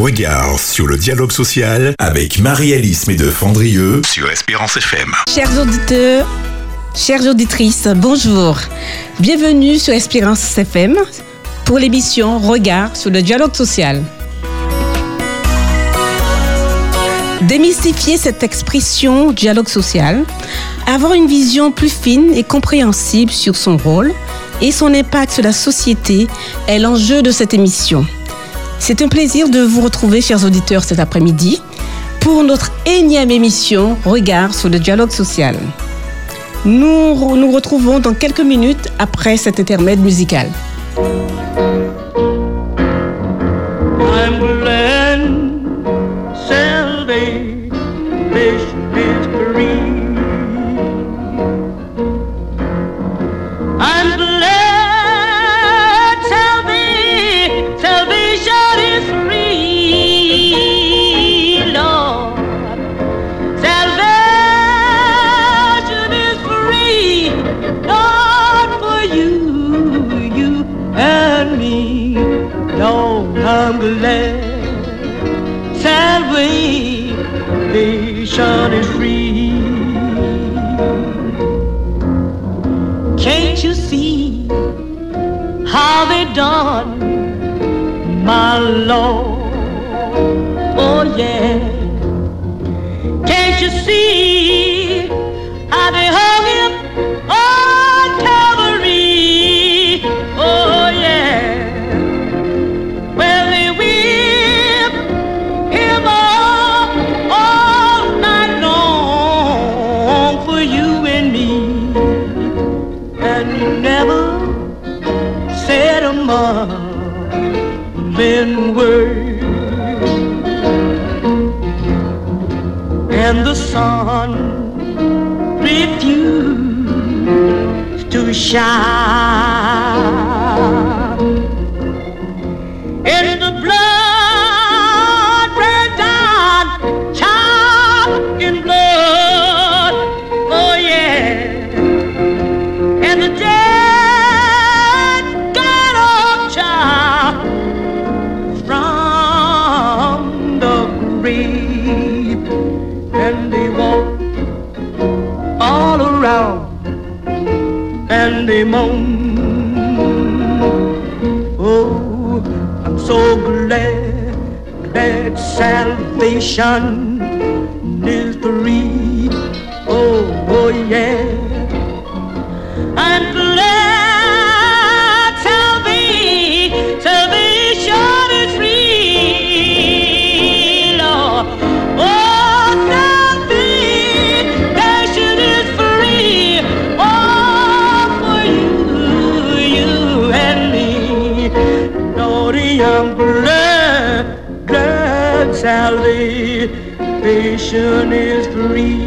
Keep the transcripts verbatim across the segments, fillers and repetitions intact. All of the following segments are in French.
Regard sur le dialogue social avec Marie-Alice Médeux-Fandrieux sur Espérance F M. Chers auditeurs, chères auditrices, bonjour. Bienvenue sur Espérance F M pour l'émission Regard sur le dialogue social. Démystifier cette expression dialogue social, avoir une vision plus fine et compréhensible sur son rôle et son impact sur la société est l'enjeu de cette émission. C'est un plaisir de vous retrouver, chers auditeurs, cet après-midi pour notre énième émission Regard sur le dialogue social. Nous nous retrouvons dans quelques minutes après cet intermède musical. I'm glad salvation is free. I'm glad salvation, salvation is free, Lord. Salvation is free, Lord, for you, you and me. Lord, I'm glad salvation is free. Can't you see how they done, my Lord? Oh yeah. Can't you see how they hung him on Calvary? Oh yeah. Well, they whipped him up all night long for you and me, and he never said a mumbling word. And the sun refused to shine, and the blood ran down, child in blood, oh yeah, and the dead got up, child, from the grave, and they walked all around, and they moaned, oh, I'm so glad that salvation is free. Oh, oh yeah. I'm glad salvation, salvation is free, Lord. Oh, salvation is free. Oh, for you, you and me. Lord, I'm glad, glad salvation is free.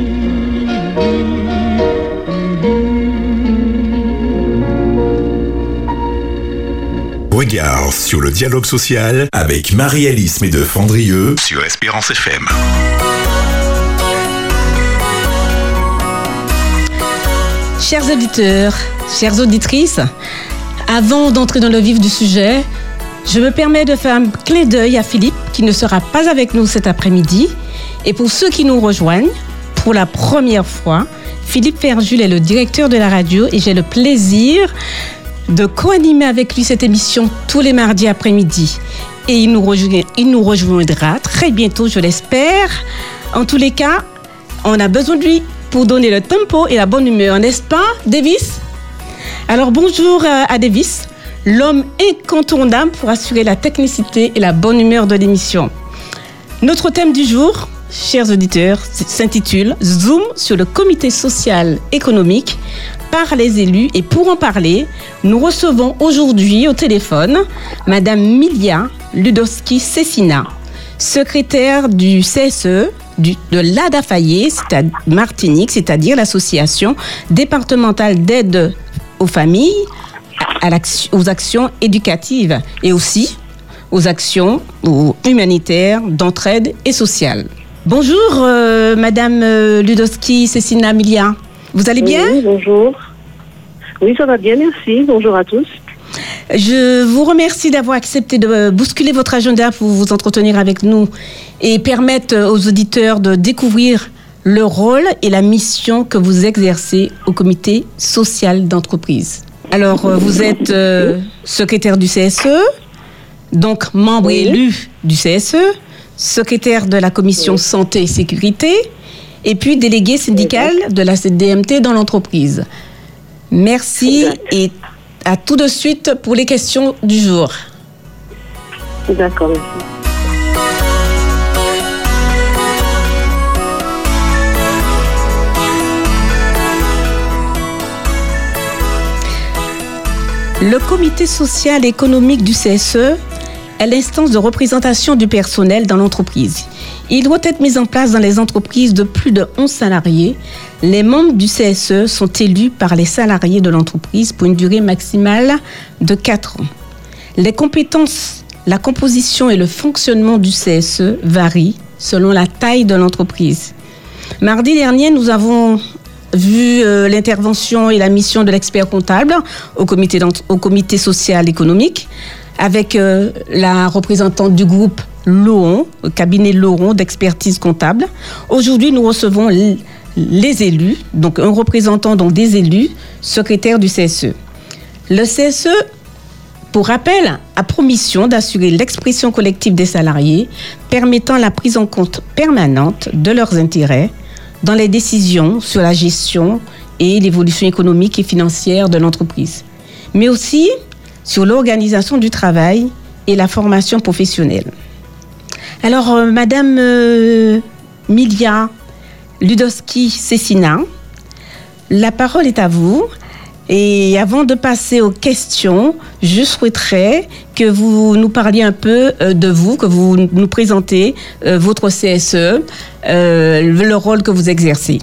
Regard sur le dialogue social avec Marie-Alice Médeux-Fandrieux sur Espérance F M. Chers auditeurs, chères auditrices, avant d'entrer dans le vif du sujet, je me permets de faire un clin d'œil à Philippe qui ne sera pas avec nous cet après-midi. Et pour ceux qui nous rejoignent, pour la première fois, Philippe Ferjul est le directeur de la radio et j'ai le plaisir de co-animer avec lui cette émission tous les mardis après-midi. Et il nous, rejoindra, il nous rejoindra très bientôt, je l'espère. En tous les cas, on a besoin de lui pour donner le tempo et la bonne humeur, n'est-ce pas, Davis? Alors bonjour à Davis, l'homme incontournable pour assurer la technicité et la bonne humeur de l'émission. Notre thème du jour, chers auditeurs, s'intitule « Zoom sur le comité social économique par les élus ». Et pour en parler, nous recevons aujourd'hui au téléphone Madame Milia Ludowski-Cessina, secrétaire du C S E du, de l'A D A F A Y E, Martinique, c'est-à-dire l'association départementale d'aide aux familles, à aux actions éducatives et aussi aux actions humanitaires, d'entraide et sociales. Bonjour, euh, Madame Ludowski-Cessina Milia. Vous allez bien ? Oui, bonjour. Oui, ça va bien, merci. Bonjour à tous. Je vous remercie d'avoir accepté de bousculer votre agenda pour vous entretenir avec nous et permettre aux auditeurs de découvrir le rôle et la mission que vous exercez au comité social d'entreprise. Alors, vous êtes euh, secrétaire du C S E, donc membre oui. élu du C S E, secrétaire de la commission oui. santé et sécurité, et puis délégué syndical oui. de la C D M T dans l'entreprise. Merci exact. Et à tout de suite pour les questions du jour. D'accord, merci. Le comité social et économique du C S E est l'instance de représentation du personnel dans l'entreprise. Il doit être mis en place dans les entreprises de plus de onze salariés. Les membres du C S E sont élus par les salariés de l'entreprise pour une durée maximale de quatre ans. Les compétences, la composition et le fonctionnement du C S E varient selon la taille de l'entreprise. Mardi dernier, nous avons vu euh, l'intervention et la mission de l'expert comptable au comité, au comité social économique avec euh, la représentante du groupe Lauron, le cabinet Lauron d'expertise comptable. Aujourd'hui, nous recevons l- les élus, donc un représentant donc des élus, secrétaire du C S E. Le C S E, pour rappel, a pour mission d'assurer l'expression collective des salariés, permettant la prise en compte permanente de leurs intérêts dans les décisions sur la gestion et l'évolution économique et financière de l'entreprise, mais aussi sur l'organisation du travail et la formation professionnelle. Alors, euh, Madame euh, Milia Ludowski-Cessina, la parole est à vous. Et avant de passer aux questions, je souhaiterais que vous nous parliez un peu de vous, que vous nous présentez euh, votre C S E, euh, le rôle que vous exercez.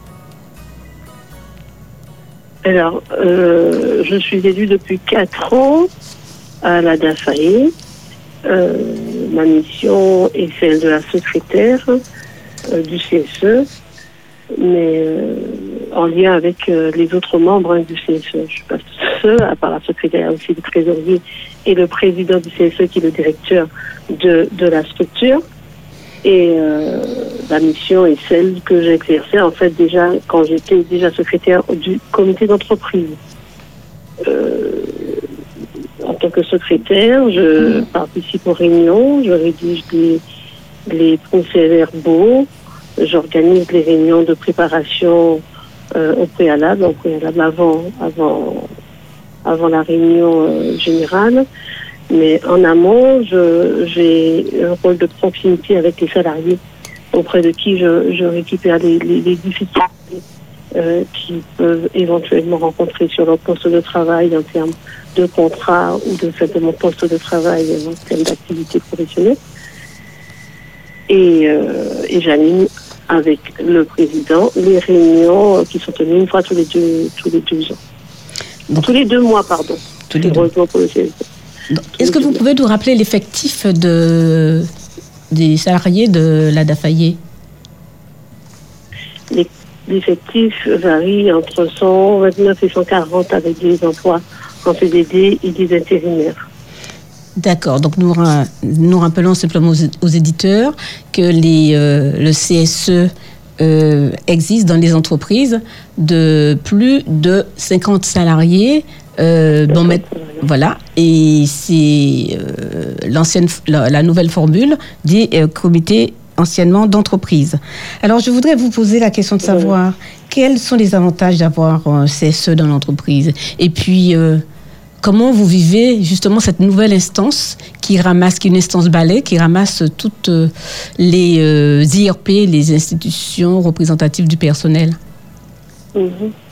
Alors, euh, je suis élue depuis quatre ans à la D A F A E. Euh, ma mission est celle de la secrétaire euh, du C S E, mais euh, en lien avec euh, les autres membres hein, du C S E. Je ne suis pas seule, à part la secrétaire, il y a aussi le trésorier et le président du C S E qui est le directeur de, de la structure. Et euh, la mission est celle que j'ai exercée en fait déjà quand j'étais déjà secrétaire du comité d'entreprise. Euh, en tant que secrétaire, je mmh. participe aux réunions, je rédige les, les procès-verbaux, j'organise les réunions de préparation euh, au préalable, au préalable avant, avant, avant la réunion euh, générale. Mais en amont, je, j'ai un rôle de proximité avec les salariés auprès de qui je, je récupère les, les, les difficultés euh, qu'ils peuvent éventuellement rencontrer sur leur poste de travail en termes de contrat ou de simplement poste de travail en termes d'activité professionnelle. Et, euh, et j'anime avec le président les réunions qui sont tenues une fois tous les deux, tous les deux ans. Donc, tous les deux mois, pardon. Tous les deux. Pour le C S E. Donc, est-ce que vous pouvez nous rappeler l'effectif de, des salariés de la D A F A E? L'effectif varie entre cent vingt-neuf et cent quarante avec des emplois en C D D et des intérimaires. D'accord. Donc, nous, nous rappelons simplement aux, aux éditeurs que les, euh, le C S E euh, existe dans les entreprises de plus de cinquante salariés. Euh, bon, mais, voilà, et c'est euh, l'ancienne, la, la nouvelle formule des euh, comités anciennement d'entreprise. Alors, je voudrais vous poser la question de savoir quels sont les avantages d'avoir un C S E dans l'entreprise, et puis euh, comment vous vivez justement cette nouvelle instance qui ramasse, qui est une instance balai, qui ramasse toutes euh, les euh, I R P, les institutions représentatives du personnel. Mmh.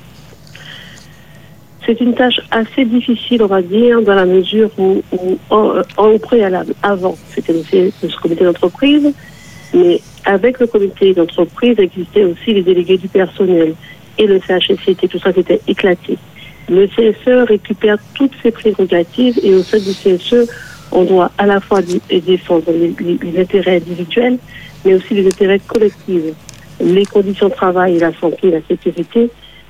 C'est une tâche assez difficile, on va dire, dans la mesure où, où en, en, au préalable, avant, c'était le, le comité d'entreprise, mais avec le comité d'entreprise existaient aussi les délégués du personnel et le C H S C T, tout ça qui était éclaté. Le C S E récupère toutes ses prérogatives et au sein du C S E, on doit à la fois défendre les, les, les intérêts individuels, mais aussi les intérêts collectifs. Les conditions de travail, la santé, la sécurité,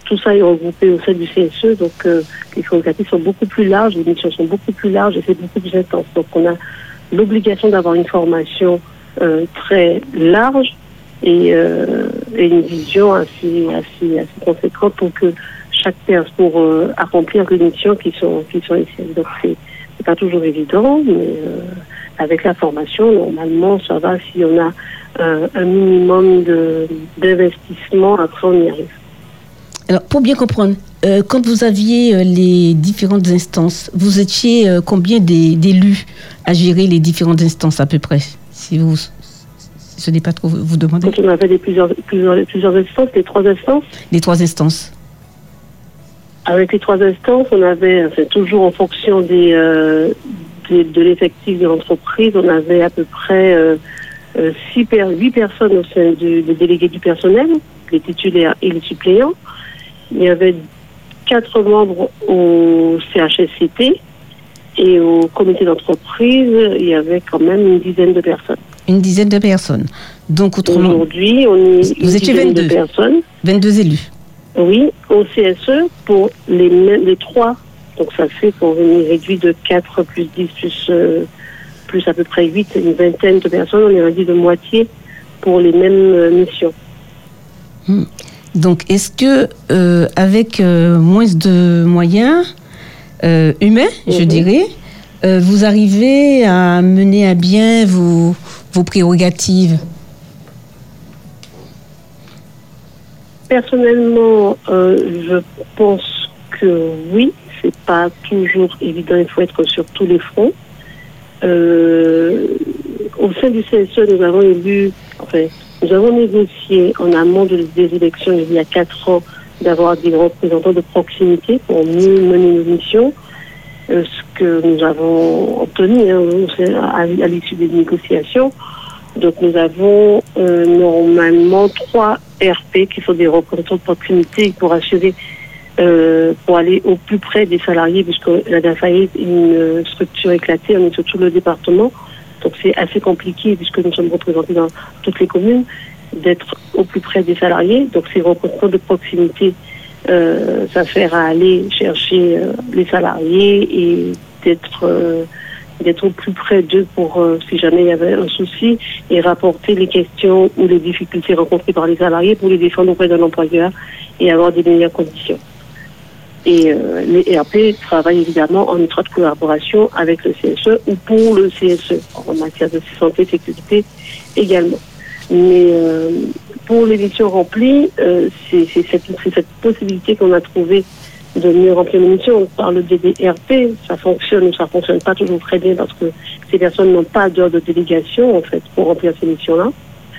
tout ça est regroupé au sein du C S E, donc euh, les prérogatives sont beaucoup plus larges, les missions sont beaucoup plus larges et c'est beaucoup plus intense. Donc on a l'obligation d'avoir une formation euh, très large et, euh, et une vision assez, assez, assez conséquente pour que chaque personne, pour euh, accomplir les missions qui sont, qui sont ici. Donc c'est, c'est pas toujours évident, mais euh, avec la formation, normalement, ça va si on a euh, un minimum de, d'investissement, après on y arrive. Alors, pour bien comprendre, euh, quand vous aviez euh, les différentes instances, vous étiez euh, combien des, d'élus à gérer les différentes instances à peu près, si vous, si ce n'est pas trop vous demander. Quand on avait des plusieurs, plusieurs, plusieurs instances, les trois instances. Les trois instances. Avec les trois instances, on avait, enfin, toujours en fonction des, euh, des de l'effectif de l'entreprise, on avait à peu près euh, euh, six per, huit personnes au sein du, des délégués du personnel, les titulaires et les suppléants. Il y avait quatre membres au C H S C T et au comité d'entreprise, il y avait quand même une dizaine de personnes. Une dizaine de personnes. Donc, autrement... Aujourd'hui, on est vous une étiez dizaine vingt-deux. de personnes. vingt-deux élus. Oui, au C S E, pour les, les trois. Donc, ça fait qu'on est réduit de quatre plus dix plus, euh, plus à peu près huit, une vingtaine de personnes. On est réduit de moitié pour les mêmes euh, missions. Hmm. Donc, est-ce que, euh, avec euh, moins de moyens euh, humains, mm-hmm. je dirais, euh, vous arrivez à mener à bien vos, vos prérogatives? Personnellement, euh, je pense que oui. C'est pas toujours évident. Il faut être sur tous les fronts. Euh, au sein du C S E, nous avons élu, enfin, nous avons négocié en amont de, des élections il y a quatre ans d'avoir des représentants de proximité pour mieux mener nos missions. Euh, ce que nous avons obtenu hein, à, à l'issue des négociations. Donc nous avons euh, normalement trois R P qui sont des représentants de proximité pour assurer, euh, pour aller au plus près des salariés, puisque la D A F A est une structure éclatée, on est sur tout le département. Donc c'est assez compliqué, puisque nous sommes représentés dans toutes les communes, d'être au plus près des salariés. Donc ces représentants de proximité, euh, ça sert à aller chercher euh, les salariés et d'être, euh, d'être au plus près d'eux pour, euh, si jamais il y avait un souci, et rapporter les questions ou les difficultés rencontrées par les salariés pour les défendre auprès d'un employeur et avoir des meilleures conditions. Et euh, les R P travaillent évidemment en étroite collaboration avec le C S E ou pour le C S E, en matière de santé et sécurité également. Mais euh, pour les missions remplies, euh, c'est, c'est, cette, c'est cette possibilité qu'on a trouvée de mieux remplir les missions. On parle des R P, ça fonctionne ou ça fonctionne pas toujours très bien parce que ces personnes n'ont pas d'heure de délégation en fait pour remplir ces missions-là.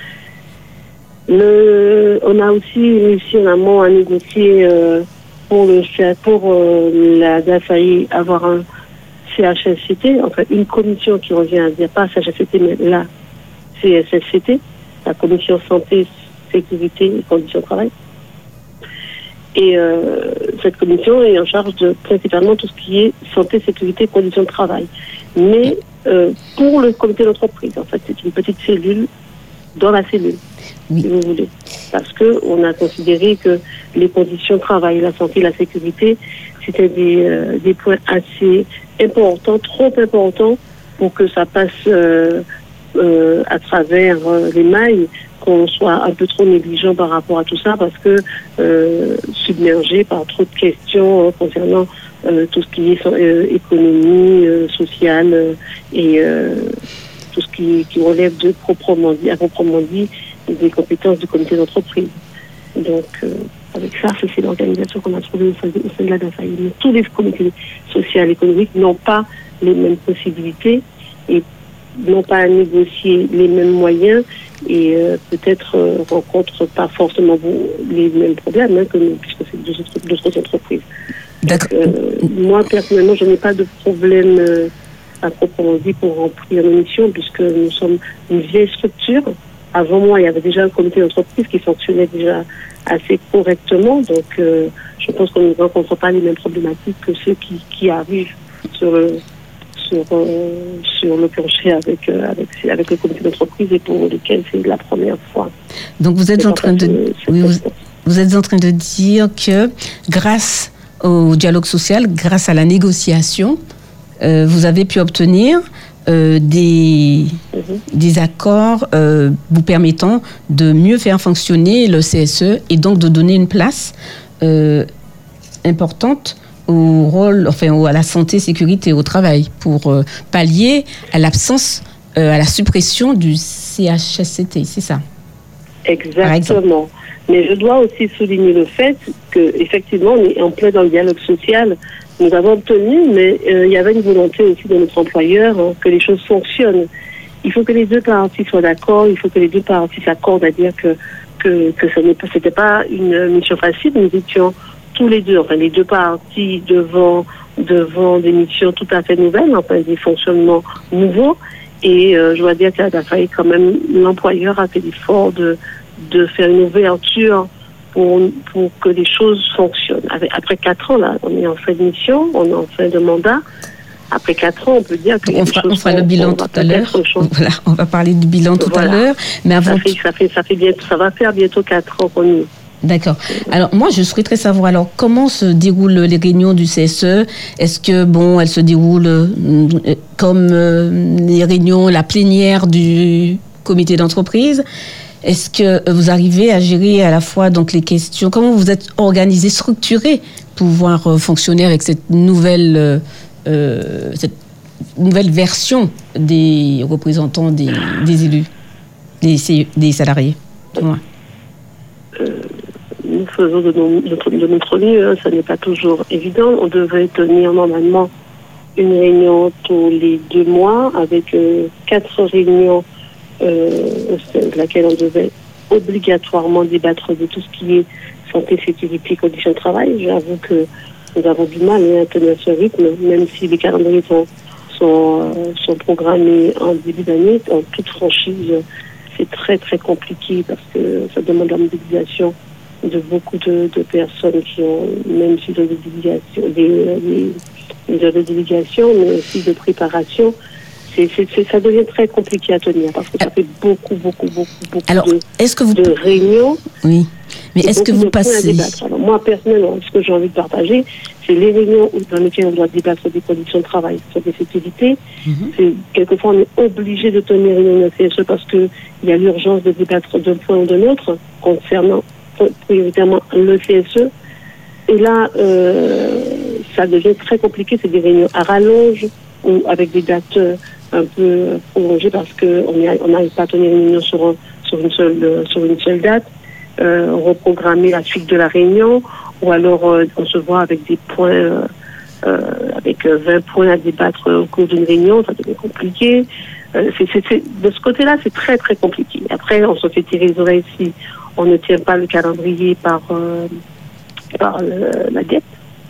Le, on a aussi réussi en amont à négocier euh, pour le pour euh, la D A F A I avoir un C H S C T, en fait une commission qui revient à dire pas C H S C T mais la C S S C T, la commission santé, sécurité et conditions de travail. Et euh, cette commission est en charge de principalement tout ce qui est santé, sécurité et conditions de travail. Mais euh, pour le comité d'entreprise, en fait, c'est une petite cellule dans la cellule, oui. Si vous voulez. Parce qu'on a considéré que les conditions de travail, la santé, la sécurité, c'était des, euh, des points assez importants, trop importants pour que ça passe euh, euh, à travers euh, les mailles, qu'on soit un peu trop négligent par rapport à tout ça, parce que euh, submergé par trop de questions euh, concernant euh, tout ce qui est euh, économie, euh, sociale euh, et euh, tout ce qui, qui relève de proprement dit, à proprement dit, des compétences du comité d'entreprise. Donc, euh, avec ça, c'est l'organisation qu'on a trouvée au sein de, au sein de la D A F A I. Mais tous les comités sociaux et économiques n'ont pas les mêmes possibilités et n'ont pas à négocier les mêmes moyens et euh, peut-être euh, rencontrent pas forcément vous, les mêmes problèmes hein, que nous, puisque c'est deux autres, deux autres entreprises. D'accord. Donc, euh, moi, personnellement, je n'ai pas de problème euh, à proprement dit pour remplir nos missions, puisque nous sommes une vieille structure. Avant moi, il y avait déjà un comité d'entreprise qui fonctionnait déjà assez correctement, donc euh, je pense qu'on ne rencontre pas les mêmes problématiques que ceux qui, qui arrivent sur le sur, euh, sur le plancher avec, euh, avec, avec le comité d'entreprise et pour lesquels c'est la première fois. Donc vous êtes en train de... Oui, vous, vous êtes en train de dire que grâce au dialogue social, grâce à la négociation, euh, vous avez pu obtenir euh, des, mm-hmm. des accords euh, vous permettant de mieux faire fonctionner le C S E et donc de donner une place euh, importante au rôle, enfin à la santé, sécurité au travail pour euh, pallier à l'absence, euh, à la suppression du C H S C T, c'est ça? Exactement. Mais je dois aussi souligner le fait qu'effectivement, on est en plein dans le dialogue social. Nous avons obtenu, mais euh, il y avait une volonté aussi de notre employeur hein, que les choses fonctionnent. Il faut que les deux parties soient d'accord, il faut que les deux parties s'accordent à dire que, que, que ce n'était pas une mission facile. Nous étions tous les deux, enfin les deux parties devant, devant des missions tout à fait nouvelles, enfin des fonctionnements nouveaux. Et euh, je dois dire qu'à la faillite, quand même, l'employeur a fait l'effort de, de faire une ouverture pour, pour que les choses fonctionnent. Avec, après quatre ans, là, on est en fin de mission, on est en fin de mandat. Après quatre ans, on peut dire que on fera, on fera le bilan tout à l'heure. Voilà, on va parler du bilan tout voilà. à l'heure. Mais avant ça, fait, ça, fait, ça, fait bientôt, ça va faire bientôt quatre ans qu'on y est. D'accord. Alors moi, je souhaiterais savoir alors comment se déroulent les réunions du C S E. Est-ce que bon, elles se déroulent euh, comme euh, les réunions, la plénière du comité d'entreprise? Est-ce que vous arrivez à gérer à la fois donc les questions? Comment vous êtes organisé, structuré pour pouvoir euh, fonctionner avec cette nouvelle euh, euh, cette nouvelle version des représentants des, des élus, des, des salariés? Dis-moi. Euh, nous faisons de, nos, de, de notre mieux, hein, ça n'est pas toujours évident. On devrait tenir normalement une réunion tous les deux mois avec euh, quatre réunions euh, au sein de laquelle on devait obligatoirement débattre de tout ce qui est santé, sécurité, conditions de travail. J'avoue que nous avons du mal hein, à tenir ce rythme, même si les calendriers sont, sont, euh, sont programmés en début d'année, en toute franchise. C'est très très compliqué parce que ça demande la mobilisation de beaucoup de, de personnes qui ont même si de délégation, des, des, des délégations, mais aussi de préparation. C'est, c'est, c'est, ça devient très compliqué à tenir parce que ça fait beaucoup, beaucoup, beaucoup, beaucoup Alors, de, est-ce que vous... de réunions. Oui, mais est-ce que vous passez... Alors, moi, personnellement, ce que j'ai envie de partager, c'est les réunions dans lesquelles on doit débattre sur des conditions de travail, sur des sécurités. Mm-hmm. C'est, quelquefois, on est obligé de tenir une réunion C S E parce qu'il y a l'urgence de débattre d'un point ou d'un autre concernant prioritairement le C S E. Et là, euh, ça devient très compliqué. C'est des réunions à rallonge ou avec des dates un peu prolongées parce qu'on n'arrive pas à tenir une réunion sur, sur, une, seule, sur une seule date. Euh, reprogrammer la suite de la réunion ou alors euh, on se voit avec des points euh, euh, avec vingt points à débattre au cours d'une réunion, ça devient compliqué. Euh, c'est, c'est, c'est, de ce côté-là, c'est très très compliqué. Après, on se fait tirer les oreilles si on ne tient pas le calendrier par, euh, par le, la dette.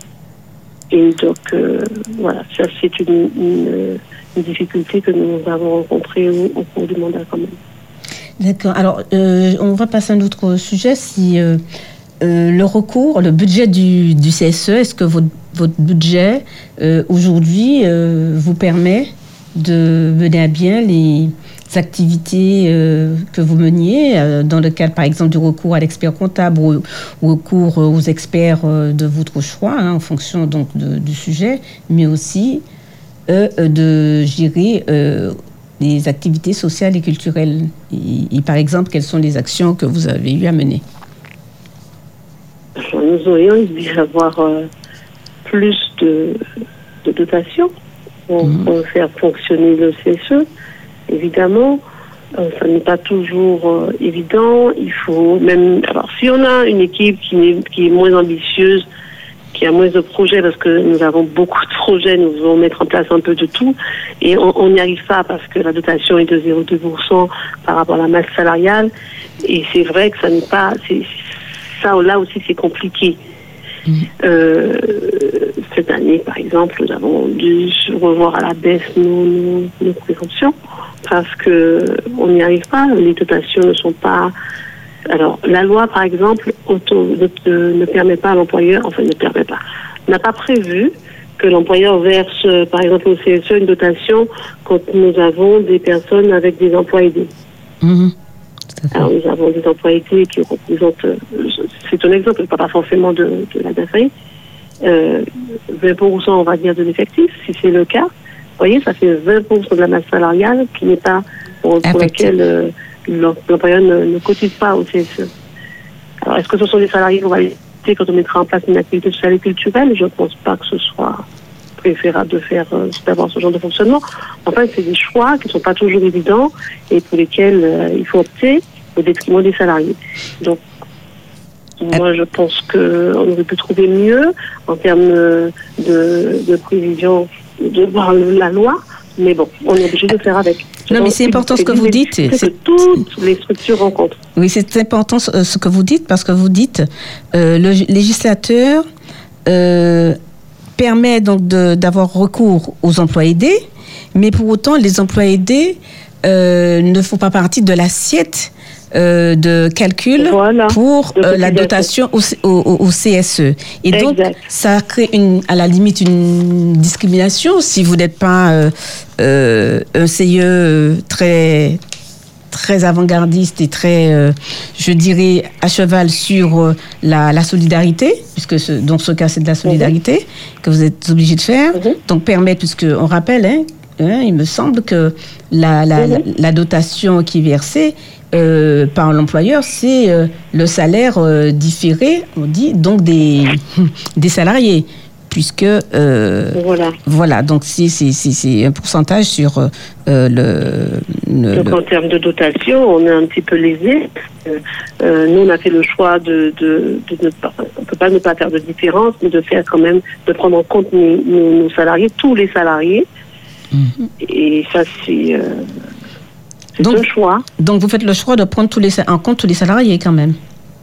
Et donc, euh, voilà, ça c'est une, une, une difficulté que nous avons rencontrée au, au cours du mandat quand même. D'accord. Alors, euh, on va passer à un autre sujet. Si euh, euh, le recours, le budget du, du C S E, est-ce que votre, votre budget euh, aujourd'hui euh, vous permet de mener à bien les activités euh, que vous meniez euh, dans le cadre, par exemple, du recours à l'expert comptable ou, ou recours aux experts euh, de votre choix, hein, en fonction donc de, du sujet, mais aussi euh, de gérer euh, les activités sociales et culturelles. Et, et par exemple, quelles sont les actions que vous avez eu à mener? Nous aurions aimé avoir euh, plus de, de dotations pour, mmh. pour faire fonctionner le C S E. Évidemment, euh, ça n'est pas toujours euh, évident. Il faut même... Alors, si on a une équipe qui est, qui est moins ambitieuse, qui a moins de projets, parce que nous avons beaucoup de projets, nous devons mettre en place un peu de tout, et on n'y arrive pas parce que la dotation est de zéro virgule deux pour cent par rapport à la masse salariale, et c'est vrai que ça n'est pas... C'est, ça, là aussi, c'est compliqué. Mmh. Euh, cette année, par exemple, nous avons dû revoir à la baisse nos, nos, nos préventions, parce que on n'y arrive pas, les dotations ne sont pas... Alors, la loi, par exemple, auto, ne, ne permet pas à l'employeur, enfin ne permet pas, n'a pas prévu que l'employeur verse, par exemple, au C S E une dotation quand nous avons des personnes avec des emplois aidés. Mmh. Alors, nous avons des emplois aidés qui représentent c'est un exemple, pas forcément de, de la D A F A I, euh, vingt pour cent on va dire de l'effectif, si c'est le cas, vous voyez, ça fait vingt pour cent de la masse salariale qui n'est pas, pour, pour laquelle euh, l'employeur ne, ne cotise pas au C S E. Alors, est-ce que ce sont des salariés qu'on va éviter quand on mettra en place une activité sociale et culturelle? Je ne pense pas que ce soit préférable de faire, euh, d'avoir ce genre de fonctionnement. Enfin, c'est des choix qui ne sont pas toujours évidents et pour lesquels euh, il faut opter au détriment des salariés. Donc, moi, je pense qu'on aurait pu trouver mieux en termes de, de prévision de voir la loi, mais bon, on est obligé de faire avec. Non, mais c'est important ce que vous dites. C'est que toutes les structures rencontrent. Oui, c'est important ce que vous dites, parce que vous dites euh, le législateur euh, permet donc de, d'avoir recours aux emplois aidés, mais pour autant, les emplois aidés euh, ne font pas partie de l'assiette Euh, de calcul voilà, pour de euh, la dotation au, au, au C S E. Et exact. Donc, ça crée une, à la limite une discrimination si vous n'êtes pas euh, euh, un C I E très, très avant-gardiste et très, euh, je dirais, à cheval sur euh, la, la solidarité, puisque ce, dans ce cas, c'est de la solidarité mm-hmm. que vous êtes obligé de faire. Mm-hmm. Donc, permettre, puisqu'on rappelle, hein, hein, il me semble que la, la, mm-hmm. la, la dotation qui est versée Euh, par l'employeur, c'est euh, le salaire euh, différé, on dit, donc des, des salariés, puisque euh, voilà. voilà, donc c'est, c'est, c'est, c'est un pourcentage sur euh, le, le. Donc le... en termes de dotation, on est un petit peu lésé. Euh, nous, on a fait le choix de, de, de ne pas, on peut pas ne pas faire de différence, mais de faire quand même, de prendre en compte nos, nos, nos salariés, tous les salariés. Mmh. Et ça, c'est. Euh, C'est donc, un choix. Donc, vous faites le choix de prendre tous les, en compte tous les salariés quand même.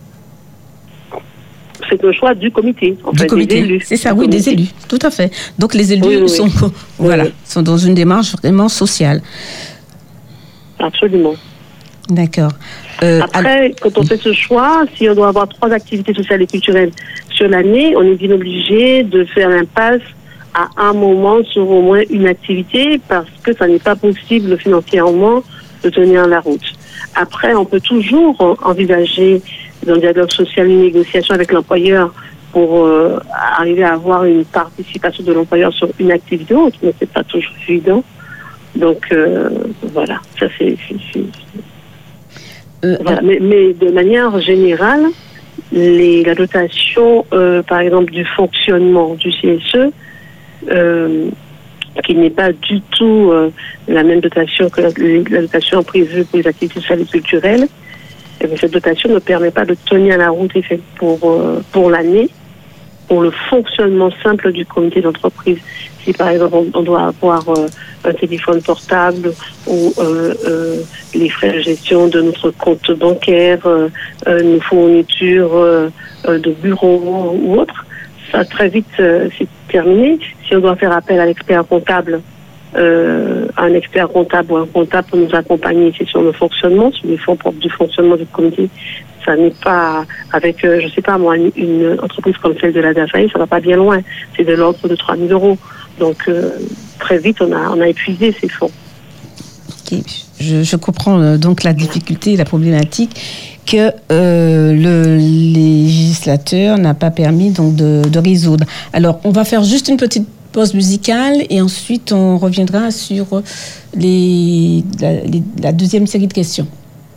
C'est le choix du comité, en du fait, comité. des élus. C'est ça, oui, comité. des élus, tout à fait. Donc, les élus oui, oui, sont, oui. voilà, oui, oui. sont dans une démarche vraiment sociale. Absolument. D'accord. Euh, Après, alors... quand on fait ce choix, si on doit avoir trois activités sociales et culturelles sur l'année, on est bien obligé de faire l'impasse à un moment sur au moins une activité parce que ça n'est pas possible financièrement de tenir la route. Après, on peut toujours envisager dans le dialogue social une négociation avec l'employeur pour euh, arriver à avoir une participation de l'employeur sur une activité ou autre, mais c'est pas toujours évident. Donc euh, voilà, ça c'est. c'est, c'est... Euh, voilà. mais, mais de manière générale, les, la dotation, euh, par exemple, du fonctionnement du C S E. Euh, qui n'est pas du tout euh, la même dotation que la, la dotation prévue pour les activités sociales et culturelles. Et bien, cette dotation ne permet pas de tenir la route pour, euh, pour l'année, pour le fonctionnement simple du comité d'entreprise. Si par exemple on, on doit avoir euh, un téléphone portable ou euh, euh, les frais de gestion de notre compte bancaire, euh, euh, nos fournitures euh, euh, de bureau ou autre, ça très vite euh, c'est terminé. Si on doit faire appel à l'expert comptable, euh, un expert comptable ou un comptable pour nous accompagner ici sur le fonctionnement, sur les fonds propres du fonctionnement du comité, ça n'est pas avec, euh, je sais pas moi, une, une entreprise comme celle de la D A F A I, ça va pas bien loin. C'est de l'ordre de trois mille euros. Donc euh, très vite, on a, on a épuisé ces fonds. Okay. Je, je comprends euh, donc la difficulté, la problématique que euh, le législateur n'a pas permis donc de, de résoudre. Alors, on va faire juste une petite pause musicale et ensuite on reviendra sur les, la, les, la deuxième série de questions.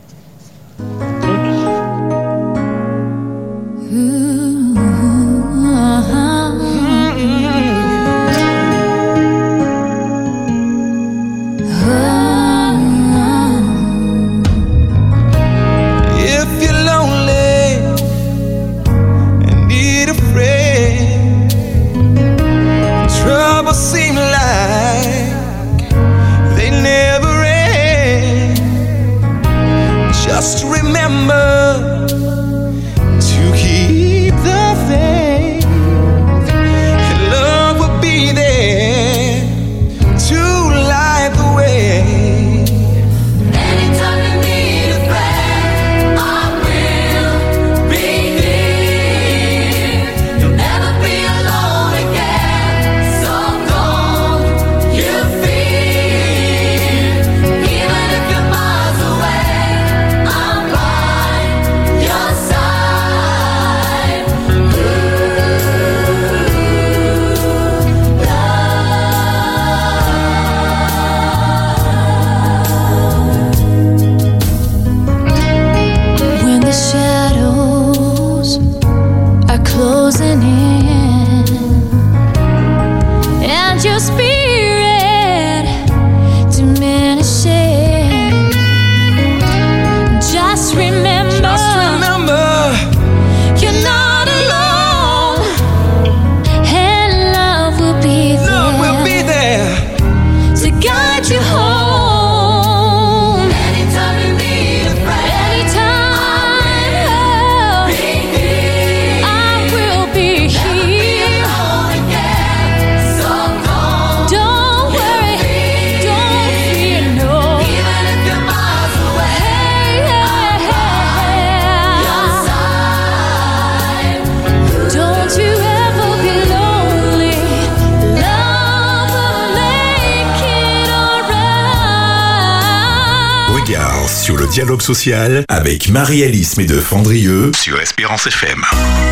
Just remember to keep the faith, and love will be there to light the way. Anytime you need a friend, I will be here. You'll never be alone again, so don't you fear. Even if you're miles away, I'm by your side. dialogue social avec Marie-Alice Médeux-Fandrieux sur Espérance F M.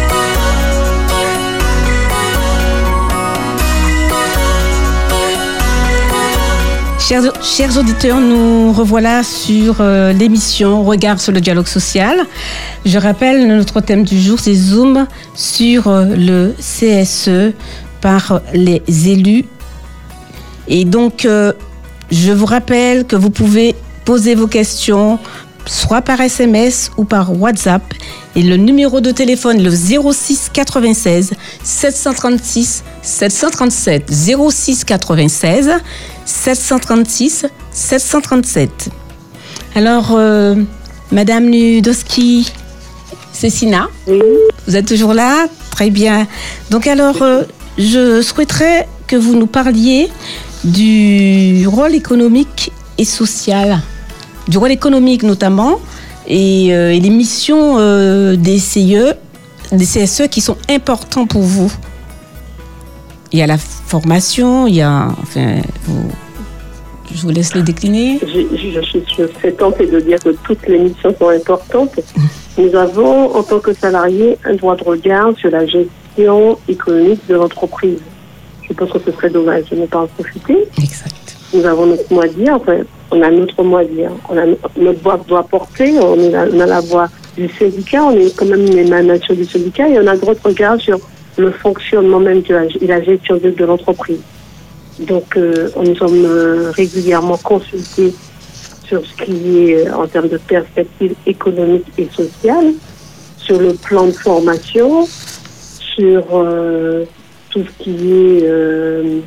Chers, chers auditeurs, nous revoilà sur euh, l'émission Regard sur le dialogue social. Je rappelle, notre thème du jour, c'est Zoom sur euh, le C S E par les élus. Et donc, euh, je vous rappelle que vous pouvez poser vos questions soit par S M S ou par WhatsApp. Et le numéro de téléphone, le zéro six quatre-vingt-seize sept cent trente-six sept cent trente-sept. zéro six quatre-vingt-seize sept cent trente-six sept cent trente-sept. Alors, euh, Madame Ludowski Cécina, Oui. vous êtes toujours là? Très bien. Donc alors, euh, je souhaiterais que vous nous parliez du rôle économique et social, du rôle économique notamment, et, euh, et les missions euh, des C I E, des C S E qui sont importants pour vous. Il y a la formation, il y a... Enfin, vous- je vous laisse les décliner. Je, je, je, je serais tentée de dire que toutes les missions sont importantes. Nous avons, en tant que salariés, un droit de regard sur la gestion économique de l'entreprise. Je pense que ce serait dommage de ne pas en profiter. Exact. Nous avons notre mot à dire, enfin, on a notre mot à dire. On a notre voix doit porter, on, est la, on a la voix du syndicat, on est quand même une émanation du syndicat et on a le droit de regard sur le fonctionnement même de la, et la gestion de, de l'entreprise. Donc, euh, nous sommes euh, régulièrement consultés sur ce qui est euh, en termes de perspectives économiques et sociales, sur le plan de formation, sur euh, tout ce qui est euh,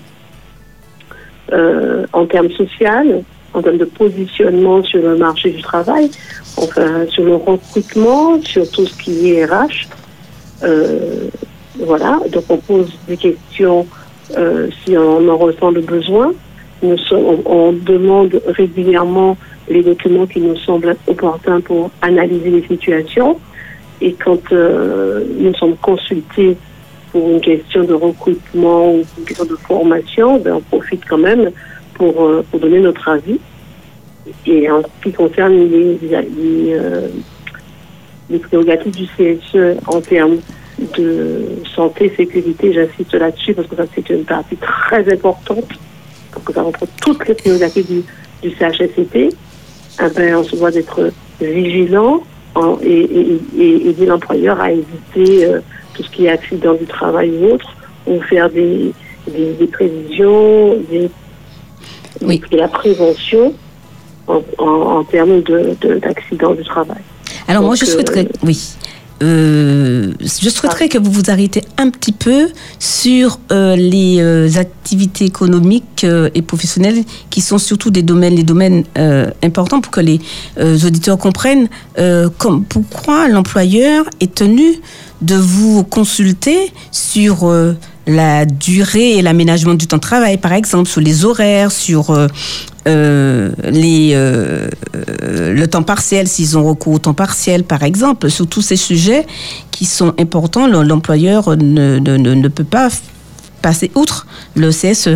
euh, en termes social, en termes de positionnement sur le marché du travail, enfin sur le recrutement, sur tout ce qui est R H. Euh, voilà, donc on pose des questions euh, si on en ressent le besoin. Nous sommes, on, on demande régulièrement les documents qui nous semblent opportuns pour analyser les situations. Et quand euh, nous sommes consultés pour une question de recrutement ou une question de formation, ben on profite quand même pour, euh, pour donner notre avis. Et en ce qui concerne les, les, les, euh, les prérogatives du C S E en termes de santé, sécurité, j'insiste là-dessus parce que ça c'est une partie très importante, parce que ça reprend toutes les prérogatives du, du C H S C T. Eh ben, on se doit d'être vigilant en, et, et, et aider l'employeur à éviter euh, tout ce qui est accident du travail ou autre, ou faire des, des, des prévisions, des, Oui. de la prévention en, en, en termes de, de, d'accident du travail. Alors moi, Donc, je souhaiterais, euh, oui, Euh, je souhaiterais que vous vous arrêtiez un petit peu sur euh, les euh, activités économiques euh, et professionnelles qui sont surtout des domaines, les domaines euh, importants pour que les euh, auditeurs comprennent euh, comme, pourquoi l'employeur est tenu de vous consulter sur euh, la durée et l'aménagement du temps de travail, par exemple, sur les horaires, sur euh, euh, les, euh, euh, le temps partiel, s'ils ont recours au temps partiel, par exemple, sur tous ces sujets qui sont importants, l'employeur ne, ne, ne, ne peut pas passer outre le C S E.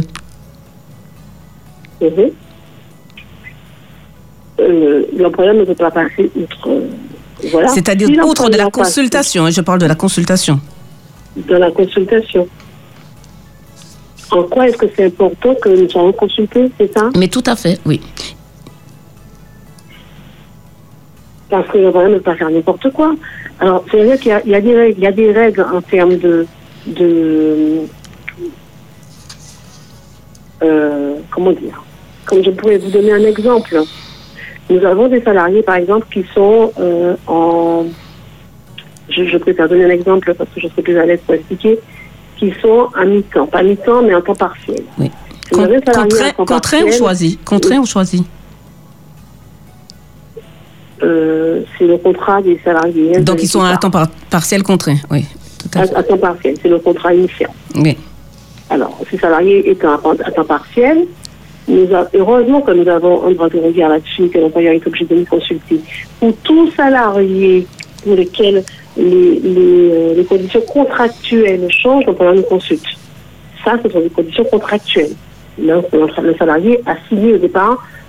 Mhm. Euh, l'employeur ne peut pas passer outre. euh, voilà. C'est-à-dire Si outre de la l'employeur passe consultation, je parle de la consultation. De la consultation. En quoi est-ce que c'est important que nous soyons consultés, c'est ça? Mais tout à fait, oui. Parce que l'employeur ne peut pas faire n'importe quoi. Alors, c'est vrai qu'il y a, il y a des règles, il y a des règles en termes de, de euh, comment dire? Comme je pourrais vous donner un exemple. Nous avons des salariés, par exemple, qui sont euh, en... Je, je préfère donner un exemple parce que je serai plus à l'aise pour expliquer. Qui sont à mi-temps. Pas mi-temps, mais en temps partiel. Oui. Vous avez un salarié Contraint, à temps contraint ou partiel, choisi? Contraint ou choisi? euh, c'est le contrat des salariés. Donc ils sont à temps par- partiel contraint, oui. Tout à à, fait. à temps partiel. C'est le contrat initial. Oui. Alors, ces salariés étant à temps partiel, nous a, heureusement que nous avons un droit de regard là-dessus, que l'employeur est obligé de nous consulter. Pour tout salarié pour lesquels les, les, euh, les conditions contractuelles changent, l'employeur nous consulte. Ça, ce sont des conditions contractuelles. Donc, le salarié a signé au départ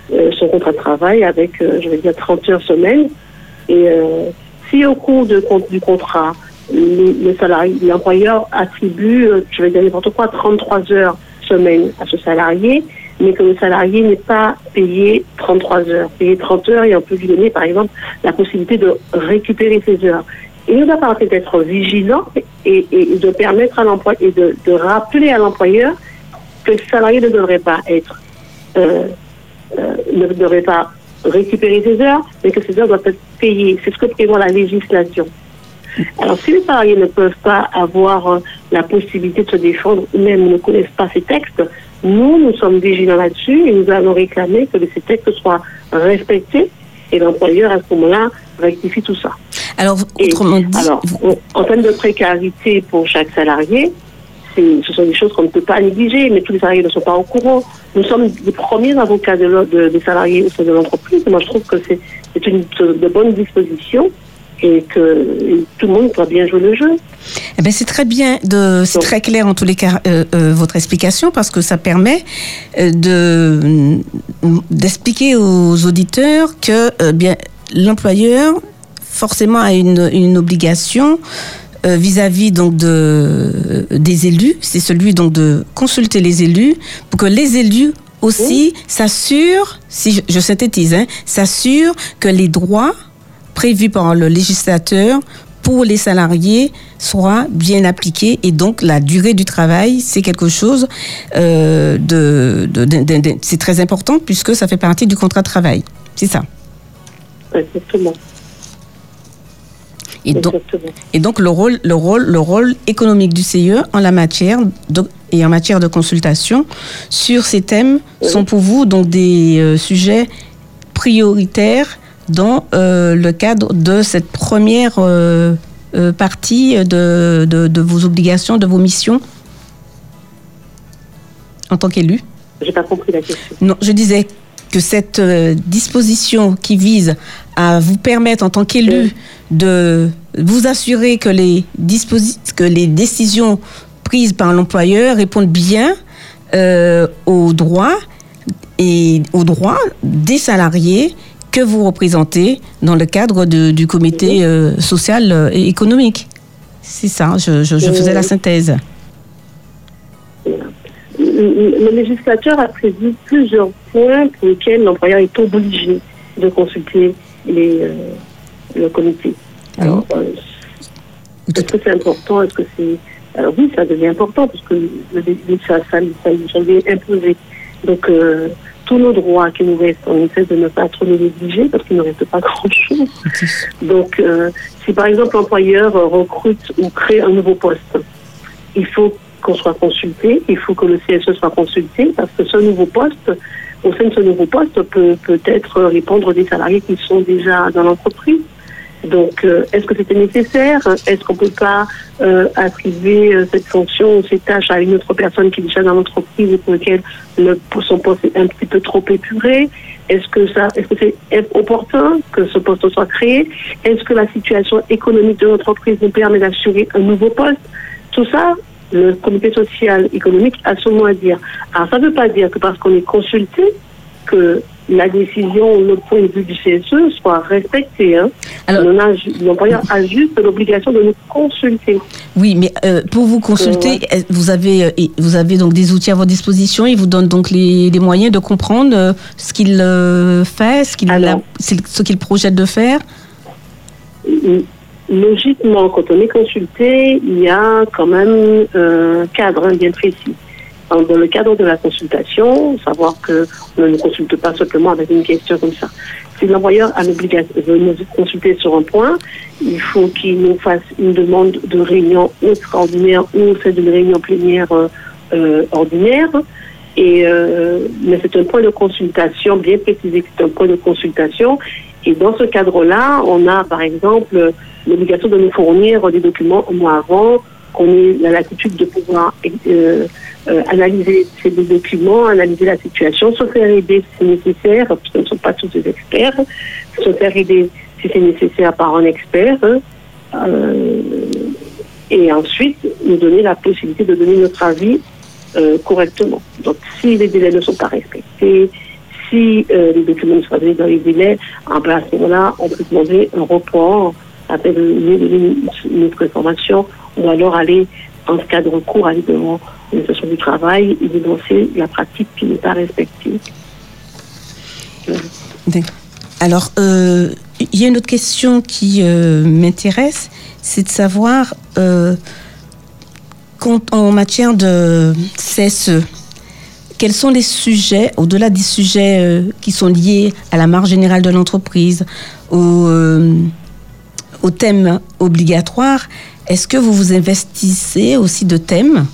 euh, son contrat de travail avec, euh, je vais dire, trente heures semaine. Et euh, si au cours de, du contrat, le, le salarié, l'employeur attribue, euh, je vais dire n'importe quoi, trente-trois heures semaine à ce salarié, mais que le salarié n'est pas payé trente-trois heures, payé trente heures, et on peut lui donner, par exemple, la possibilité de récupérer ses heures. Il nous a permis d'être vigilant et, et de permettre à l'employeur et de, de rappeler à l'employeur que le salarié ne devrait pas être, euh, euh, ne devrait pas récupérer ses heures, mais que ces heures doivent être payées. C'est ce que prévoit la législation. Alors, si les salariés ne peuvent pas avoir euh, la possibilité de se défendre, ou même ne connaissent pas ces textes, nous, nous sommes vigilants là-dessus et nous allons réclamer que ces textes soient respectés et l'employeur, à ce moment-là, rectifie tout ça. Alors, Et, autrement dit... alors, on- en termes de précarité pour chaque salarié, c'est- ce sont des choses qu'on ne peut pas négliger, mais tous les salariés ne sont pas au courant. Nous sommes les premiers avocats de, l'o- de- des salariés au sein de l'entreprise. Moi, je trouve que c'est c'est une de, de bonne disposition et que et tout le monde doit bien jouer le jeu. Eh ben, c'est très bien, de, c'est Donc- très clair en tous les cas euh, euh, votre explication, parce que ça permet euh, de d'expliquer aux auditeurs que euh, bien l'employeur forcément a une, une obligation euh, vis-à-vis donc de des élus, c'est celui donc de consulter les élus pour que les élus aussi s'assurent, si je, je synthétise, hein, s'assurent que les droits prévus par le législateur pour les salariés soient bien appliqués, et donc la durée du travail, c'est quelque chose euh, de, de, de, de, de- c'est très important puisque ça fait partie du contrat de travail. C'est ça. Exactement. Et donc, Exactement. et donc le rôle, le rôle, le rôle économique du C I E en la matière de, et en matière de consultation sur ces thèmes Oui. sont pour vous donc des euh, sujets prioritaires dans euh, le cadre de cette première euh, euh, partie de, de, de vos obligations, de vos missions en tant qu'élu. J'ai pas compris la question. Non, je disais que cette euh, disposition qui vise à vous permettre en tant qu'élu Oui. de vous assurer que les, disposi- que les décisions prises par l'employeur répondent bien euh, aux droits et aux droits des salariés que vous représentez dans le cadre de- du comité euh, social euh, et économique. C'est ça, je, je, je faisais la synthèse. Le, le législateur a prévu plusieurs points pour lesquels l'employeur est obligé de consulter les, euh, le comité. Alors, euh, est-ce que c'est important? Est-ce que c'est... Alors oui, ça devient important parce que le, le- ça, ça, ça, ça devient imposé. Donc, euh, tous nos droits qui nous restent, on essaie de ne pas trop les négliger parce qu'il ne reste pas grand-chose. Donc, euh, si par exemple l'employeur euh, recrute ou crée un nouveau poste, il faut qu'on soit consulté, il faut que le C S E soit consulté parce que ce nouveau poste, au sein de ce nouveau poste, peut peut-être répondre des salariés qui sont déjà dans l'entreprise. Donc, euh, est-ce que c'était nécessaire? Est-ce qu'on ne peut pas euh, attribuer euh, cette fonction ou ces tâches à une autre personne qui est déjà dans l'entreprise et pour laquelle le, son poste est un petit peu trop épuré? Est-ce que ça, est-ce que c'est opportun que ce poste soit créé? Est-ce que la situation économique de l'entreprise nous permet d'assurer un nouveau poste? Tout ça, le comité social économique a son mot à dire. Alors, ça ne veut pas dire que parce qu'on est consulté, que la décision, le point de vue du C S E soit respecté. Hein. Alors- On a ju- l'employeur a juste l'obligation de nous consulter. Oui, mais euh, pour vous consulter, Euh, euh, vous avez euh, et vous avez donc des outils à votre disposition. Ils vous donnent donc les, les moyens de comprendre euh, ce qu'il euh, fait, ce qu'il Alors. a- c'est ce qu'il projette de faire. Logiquement, quand on est consulté, il y a quand même un cadre hein, bien précis. Dans dans le cadre de la consultation, savoir qu'on ne nous consulte pas simplement avec une question comme ça. Si l'employeur a l'obligation de nous consulter sur un point, il faut qu'il nous fasse une demande de réunion extraordinaire ou c'est d'une réunion plénière euh, euh, ordinaire. Et, euh, mais c'est un point de consultation, bien précisé que c'est un point de consultation. Et dans ce cadre-là, on a par exemple l'obligation de nous fournir des documents un mois avant, qu'on ait la latitude de pouvoir euh, euh, analyser ces documents, analyser la situation, se faire aider si c'est nécessaire, parce que nous ne sommes pas tous des experts, se faire aider si c'est nécessaire par un expert, hein, euh, et ensuite nous donner la possibilité de donner notre avis euh, correctement. Donc si les délais ne sont pas respectés, si euh, les documents ne sont pas donnés dans les délais, ah ben, à ce moment-là, on peut demander un report, après une, une autre information, ou alors aller, en cas de recours, aller devant l'administration du travail et dénoncer la pratique qui n'est pas respectée. D'accord. Alors, euh, il y a une autre question qui euh, m'intéresse, c'est de savoir, euh, quand, en matière de C S E, quels sont les sujets, au-delà des sujets euh, qui sont liés à la marge générale de l'entreprise, au, euh, au thème obligatoire, est-ce que vous vous investissez aussi de thèmes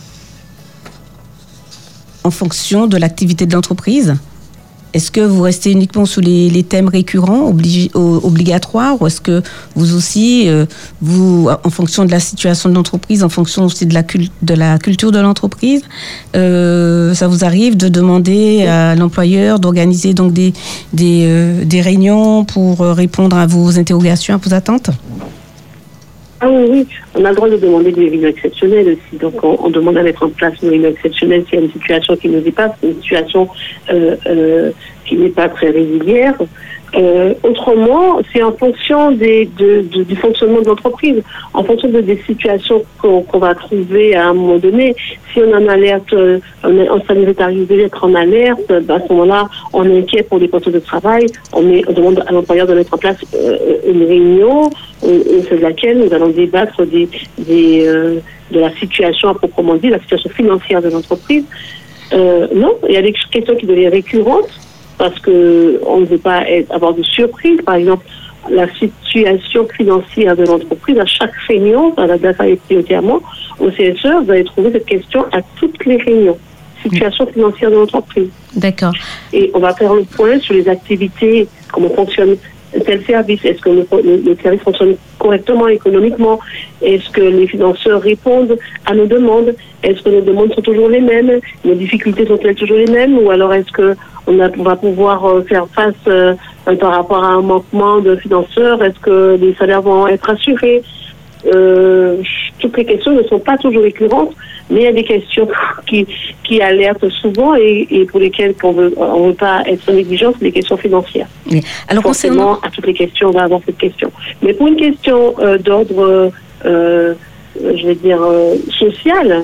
en fonction de l'activité de l'entreprise ? Est-ce que vous restez uniquement sous les, les thèmes récurrents, oblige, obligatoires, ou est-ce que vous aussi, euh, vous, en fonction de la situation de l'entreprise, en fonction aussi de la, cul, de la culture de l'entreprise, euh, ça vous arrive de demander à l'employeur d'organiser donc des, des, euh, des réunions pour répondre à vos interrogations, à vos attentes ? Ah oui, oui, on a le droit de demander des réunions exceptionnelles aussi. Donc, on, on demande à mettre en place une réunion exceptionnelle s'il y a une situation qui nous dépasse, une situation euh, euh, qui n'est pas très régulière. Euh, autrement, c'est en fonction des, de, de, du fonctionnement de l'entreprise, en fonction de, des situations qu'on, qu'on va trouver à un moment donné. Si on en alerte, on, on, ça nous est arrivé d'être en alerte, ben à ce moment-là, on est inquiet pour les postes de travail, on, met, on demande à l'employeur de mettre en place euh, une réunion, au sein de laquelle nous allons débattre des, des, euh, de la situation à proprement dit, la situation financière de l'entreprise. Euh, non, il y a des questions qui deviennent récurrentes, parce qu'on ne veut pas être, avoir de surprise. Par exemple, la situation financière de l'entreprise, à chaque réunion, dans la data et prioritairement, au C S E, vous allez trouver cette question à toutes les réunions. Situation financière de l'entreprise. D'accord. Et on va faire le point sur les activités, comment fonctionne tel service. Est-ce que le, le, le service fonctionne correctement économiquement? Est-ce que les financeurs répondent à nos demandes? Est-ce que nos demandes sont toujours les mêmes? Nos difficultés sont-elles toujours les mêmes? Ou alors est-ce que on, a, on va pouvoir euh, faire face euh, par rapport à un manquement de financeurs? Est-ce que les salaires vont être assurés? Euh, toutes les questions ne sont pas toujours récurrentes, mais il y a des questions qui, qui alertent souvent et, et pour lesquelles on veut, on veut pas être négligent, c'est les questions financières. Oui. Alors, forcément, concernant... à toutes les questions, on va avoir cette question. Mais pour une question euh, d'ordre, euh, je vais dire, euh, social,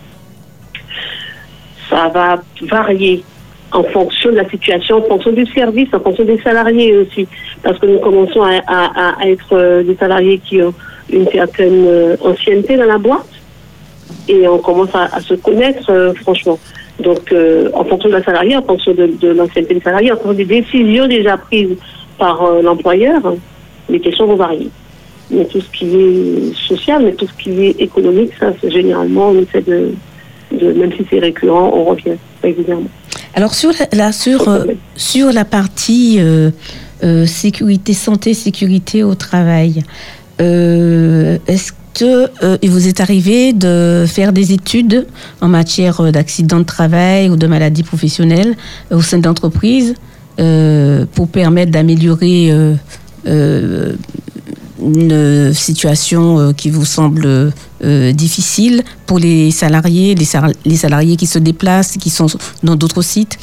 ça va varier en fonction de la situation, en fonction du service, en fonction des salariés aussi. Parce que nous commençons à, à, à être euh, des salariés qui ont une certaine euh, ancienneté dans la boîte et on commence à, à se connaître euh, franchement. Donc, euh, en fonction de la salariée, en fonction de, de l'ancienneté des salariés, en fonction des décisions déjà prises par euh, l'employeur, les questions vont varier. Mais tout ce qui est social, mais tout ce qui est économique, ça, c'est généralement, on essaie de, de, même si c'est récurrent, on revient régulièrement. Alors, sur la, la, sur, euh, sur la partie euh, euh, sécurité, santé, sécurité au travail, euh, est-ce que euh, il vous est arrivé de faire des études en matière d'accidents de travail ou de maladies professionnelles euh, au sein de l'entreprise euh, pour permettre d'améliorer euh, euh, une situation euh, qui vous semble euh, difficile pour les salariés, les, sal- les salariés qui se déplacent, qui sont dans d'autres sites?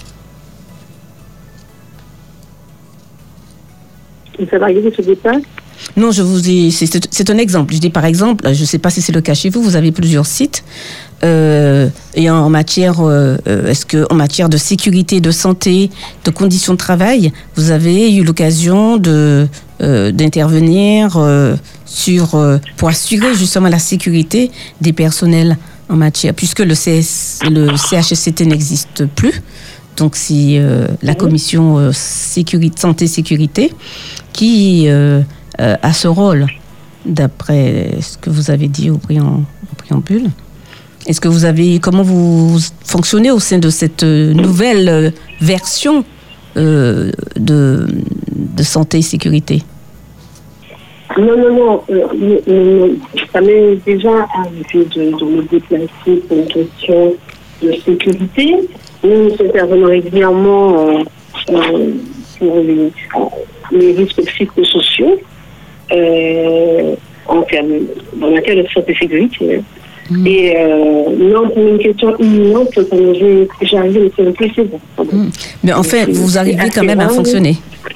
Les salariés qui se déplacent? Non, je vous ai, c'est, c'est un exemple. Je dis par exemple, je ne sais pas si c'est le cas chez vous, vous avez plusieurs sites. Euh, et en matière, euh, est-ce que en matière de sécurité, de santé, de conditions de travail, vous avez eu l'occasion de euh, d'intervenir euh, sur euh, pour assurer justement la sécurité des personnels en matière, puisque le, C S, le C H S C T n'existe plus. Donc c'est euh, la commission euh, sécurité, santé sécurité qui euh, euh, a ce rôle, d'après ce que vous avez dit au, préam- au préambule. Est-ce que vous avez, comment vous fonctionnez au sein de cette nouvelle version euh, de, de santé et sécurité? Non, non, non. Euh, euh, ça m'est déjà arrivé de, de me déplacer pour une question de sécurité. Nous intervenons régulièrement euh, euh, pour les, les risques psychosociaux euh, en termes, dans laquelle le santé et sécurité. Mmh. Et euh, non, pour une question imminente, ça nous est déjà arrivé le précédent. Mmh. Mais en fait, C'est- vous c'est arrivez quand assez même à rare. fonctionner.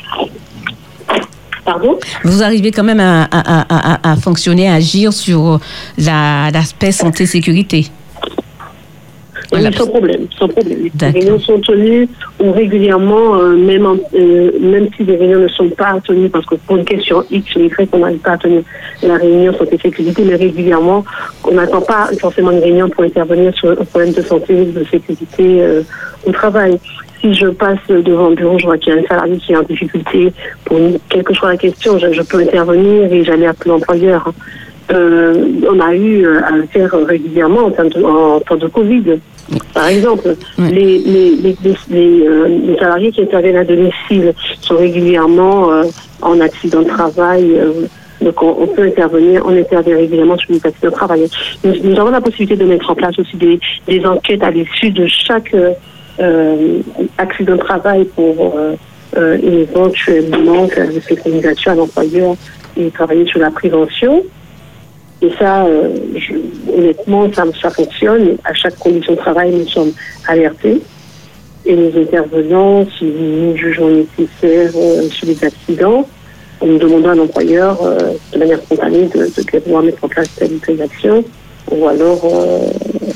Pardon? Vous arrivez quand même à, à, à, à, à fonctionner, à agir sur la, l'aspect santé-sécurité. Oui, Voilà. sans problème, sans problème. Les D'accord. réunions sont tenues ou régulièrement, euh, même, en- euh, même si les réunions ne sont pas tenues, parce que pour une question X ou Y, on n'arrive pas à tenir la réunion santé sécurité, mais régulièrement, on n'attend pas forcément une réunion pour intervenir sur un problème de santé ou de sécurité euh, au travail. Si je passe devant le bureau, je vois qu'il y a un salarié qui est en difficulté pour une, quelle que soit la question, je, je peux intervenir et j'allais appeler l'employeur. Euh, on a eu euh, à le faire régulièrement en temps de, en temps de Covid. Par exemple, Oui. les, les, les, les, les, euh, les salariés qui interviennent à domicile sont régulièrement euh, en accident de travail. Euh, donc on, on peut intervenir, on intervient régulièrement sur les accidents de travail. Nous, nous avons la possibilité de mettre en place aussi des, des enquêtes à l'issue de chaque euh, euh, accident de travail pour euh, euh, éventuellement faire des préconisations à l'employeur et travailler sur la prévention. Et ça, euh, je, honnêtement, ça, ça fonctionne. À chaque condition de travail, nous sommes alertés. Et nous intervenons, si nous jugeons nécessaire euh, sur les accidents, nous demandons à l'employeur, euh, de manière spontanée, de, de bien pouvoir mettre en place telle ou telle action. Ou alors, euh,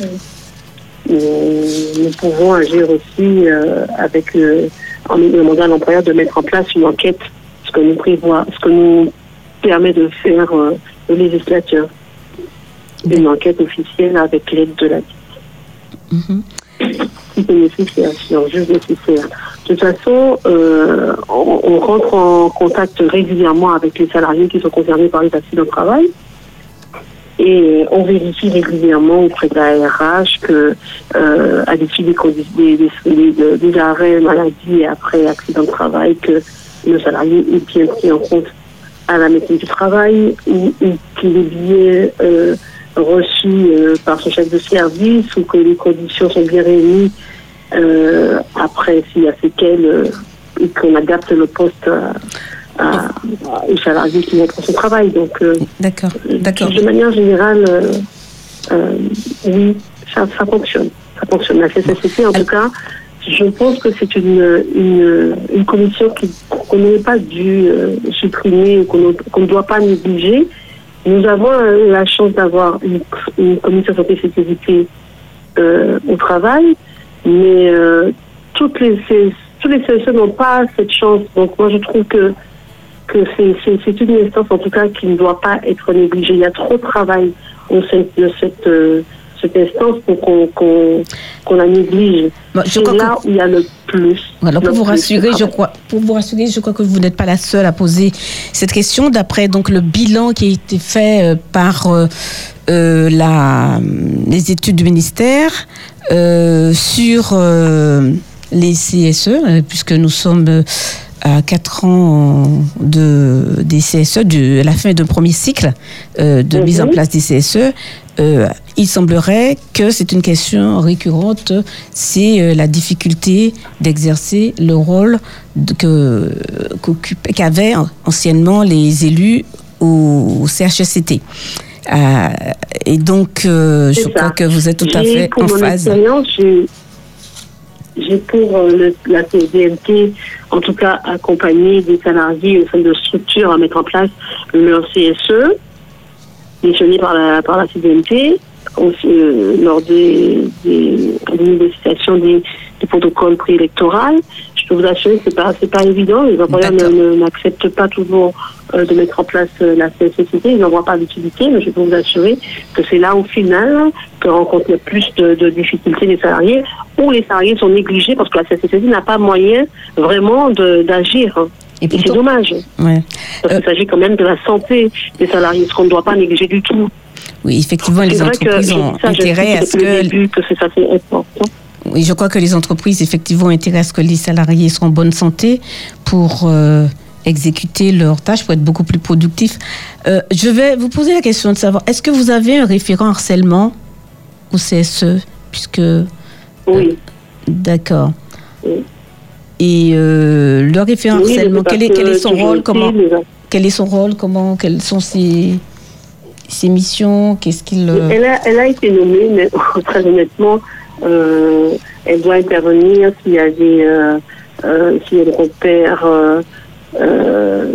nous, nous pouvons agir aussi euh, avec, euh, en demandant à l'employeur de mettre en place une enquête, ce que nous prévoit, ce que nous permet de faire euh, le législateur. Une enquête officielle avec l'aide de la Mhm. si c'est nécessaire, si on juge nécessaire. De toute façon, euh, on, on rentre en contact régulièrement avec les salariés qui sont concernés par les accidents de travail et on vérifie régulièrement auprès de la R H que, euh, à l'issue des, condi- des, des, des, des arrêts maladie et après accident de travail, que le salarié est bien pris en compte à la médecine du travail ou, ou qu'il est bien euh, reçu euh, par son chef de service ou que les conditions sont bien réunies euh, après s'il y a séquelles euh, et qu'on adapte le poste à, à, à, aux salariés qui vont pour son travail. Donc, euh, D'accord, d'accord. de manière générale, euh, euh, oui, ça, ça fonctionne. Ça fonctionne. La C C C T, en tout cas, je pense que c'est une, une, une commission qui, qu'on n'aurait pas dû euh, supprimer ou qu'on, qu'on ne doit pas négliger. Nous avons euh, la chance d'avoir une, une commission santé et sécurité euh, au travail, mais euh, toutes les C S, tous les C S E n'ont pas cette chance. Donc moi je trouve que que c'est, c'est, c'est une instance en tout cas qui ne doit pas être négligée. Il y a trop de travail au sein de cette euh, cette instance pour qu'on, qu'on, qu'on la néglige. Bon, je c'est crois là que- où il y a le plus. Voilà, pour le vous plus de rassurer, je travail. crois, pour vous rassurer, je crois que vous n'êtes pas la seule à poser cette question. D'après donc le bilan qui a été fait euh, par euh, euh, la, les études du ministère euh, sur euh, les C S E, euh, puisque nous sommes euh, à quatre ans de, des C S E, de, à la fin d'un premier cycle euh, de Mhm. mise en place des C S E, euh, il semblerait que c'est une question récurrente, c'est euh, la difficulté d'exercer le rôle de- que, qu'occupaient- qu'avaient anciennement les élus au, au C H S C T. Euh, et donc, euh, je C'est crois ça. que vous êtes tout à J'ai, fait pour en mon phase. expérience, j'ai, j'ai pour euh, le, la C D M T, en tout cas, accompagné des salariés au sein de structures à mettre en place leur C S E, missionnés par la, par la C D M T, aussi, euh, lors des, des, des négociations des, des protocoles préélectoraux. Je peux vous assurer que c'est pas, c'est pas évident. Les employeurs ne, D'accord. ne- n'acceptent pas toujours euh, de mettre en place euh, la C S C T. Ils n'en voient pas l'utilité, mais je peux vous assurer que c'est là, au final, que rencontrent le plus de, de difficultés les salariés, où les salariés sont négligés parce que la C S C T n'a pas moyen vraiment de, d'agir. Et Et c'est pourtant, dommage, ouais. parce qu'il s'agit quand même de la santé des salariés, ce qu'on ne doit pas négliger du tout. Oui, effectivement, les C'est vrai que entreprises je ont dis ça, je intérêt à dis ce depuis le que début que c'est ça, c'est important. Oui, je crois que les entreprises, effectivement, ont intérêt à ce que les salariés soient en bonne santé pour euh, exécuter leurs tâches, pour être beaucoup plus productifs. Euh, je vais vous poser la question de savoir, est-ce que vous avez un référent harcèlement au C S E? Puisque, Oui. d'accord. Oui. Et euh, le référent Oui, mais harcèlement, c'est quel est, parce quel est que son toujours rôle? été, Comment, les- quel est son rôle? Comment, quelles sont ses, ses missions? Qu'est-ce qu'il... euh, Elle a, elle a été nommée, mais très honnêtement, euh, elle doit intervenir s'il y a des, euh, euh, s'il y a des repères, euh, euh,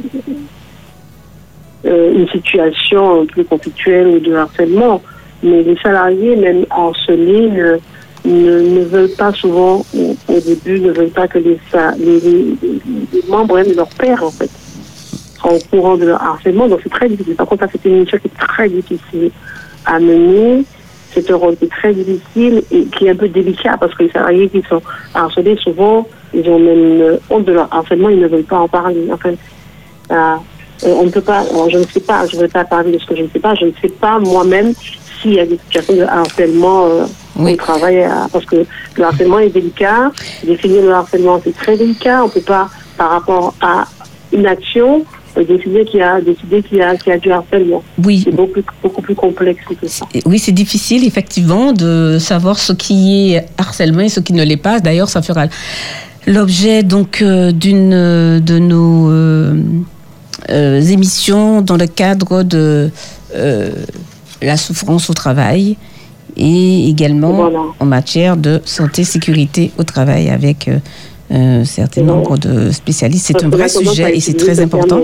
euh, une situation plus conflictuelle ou de harcèlement. Mais les salariés, même harcelés, ne, ne, ne veulent pas souvent, au, au début, ne veulent pas que les, les, les, les membres, même leur père, en fait, soient au courant de leur harcèlement. Donc c'est très difficile. Par contre, ça, c'est une mission qui est très difficile à mener. C'est un rôle qui est très difficile et qui est un peu délicat parce que les salariés qui sont harcelés, souvent, ils ont même honte de leur harcèlement, ils ne veulent pas en parler. Enfin, euh, on ne peut pas, je ne sais pas, je ne vais pas parler de ce que je ne sais pas, je ne sais pas moi-même s'il y a des situations de harcèlement euh, oui. au travail, euh, parce que le harcèlement est délicat, définir le harcèlement c'est très délicat, on ne peut pas, par rapport à une action, décider qu'il y a, décider qu'il y a, qu'il y a du harcèlement. Oui. C'est beaucoup, beaucoup plus complexe que ça. Oui, c'est difficile, effectivement, de savoir ce qui est harcèlement et ce qui ne l'est pas. D'ailleurs, ça fera l'objet donc euh, d'une euh, de nos euh, euh, émissions dans le cadre de euh, la souffrance au travail et également voilà. en matière de santé, sécurité au travail avec euh, un certain nombre de spécialistes. C'est un vrai sujet et c'est très important.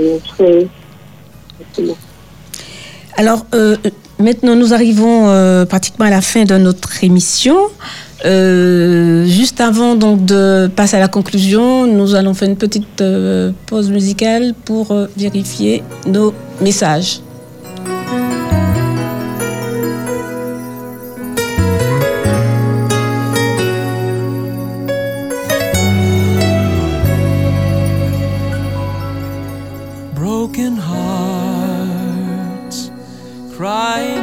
Alors, euh, maintenant, nous arrivons euh, pratiquement à la fin de notre émission. Euh, juste avant donc, de passer à la conclusion, nous allons faire une petite euh, pause musicale pour euh, vérifier nos messages. Broken hearts, crying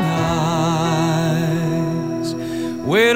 eyes, wait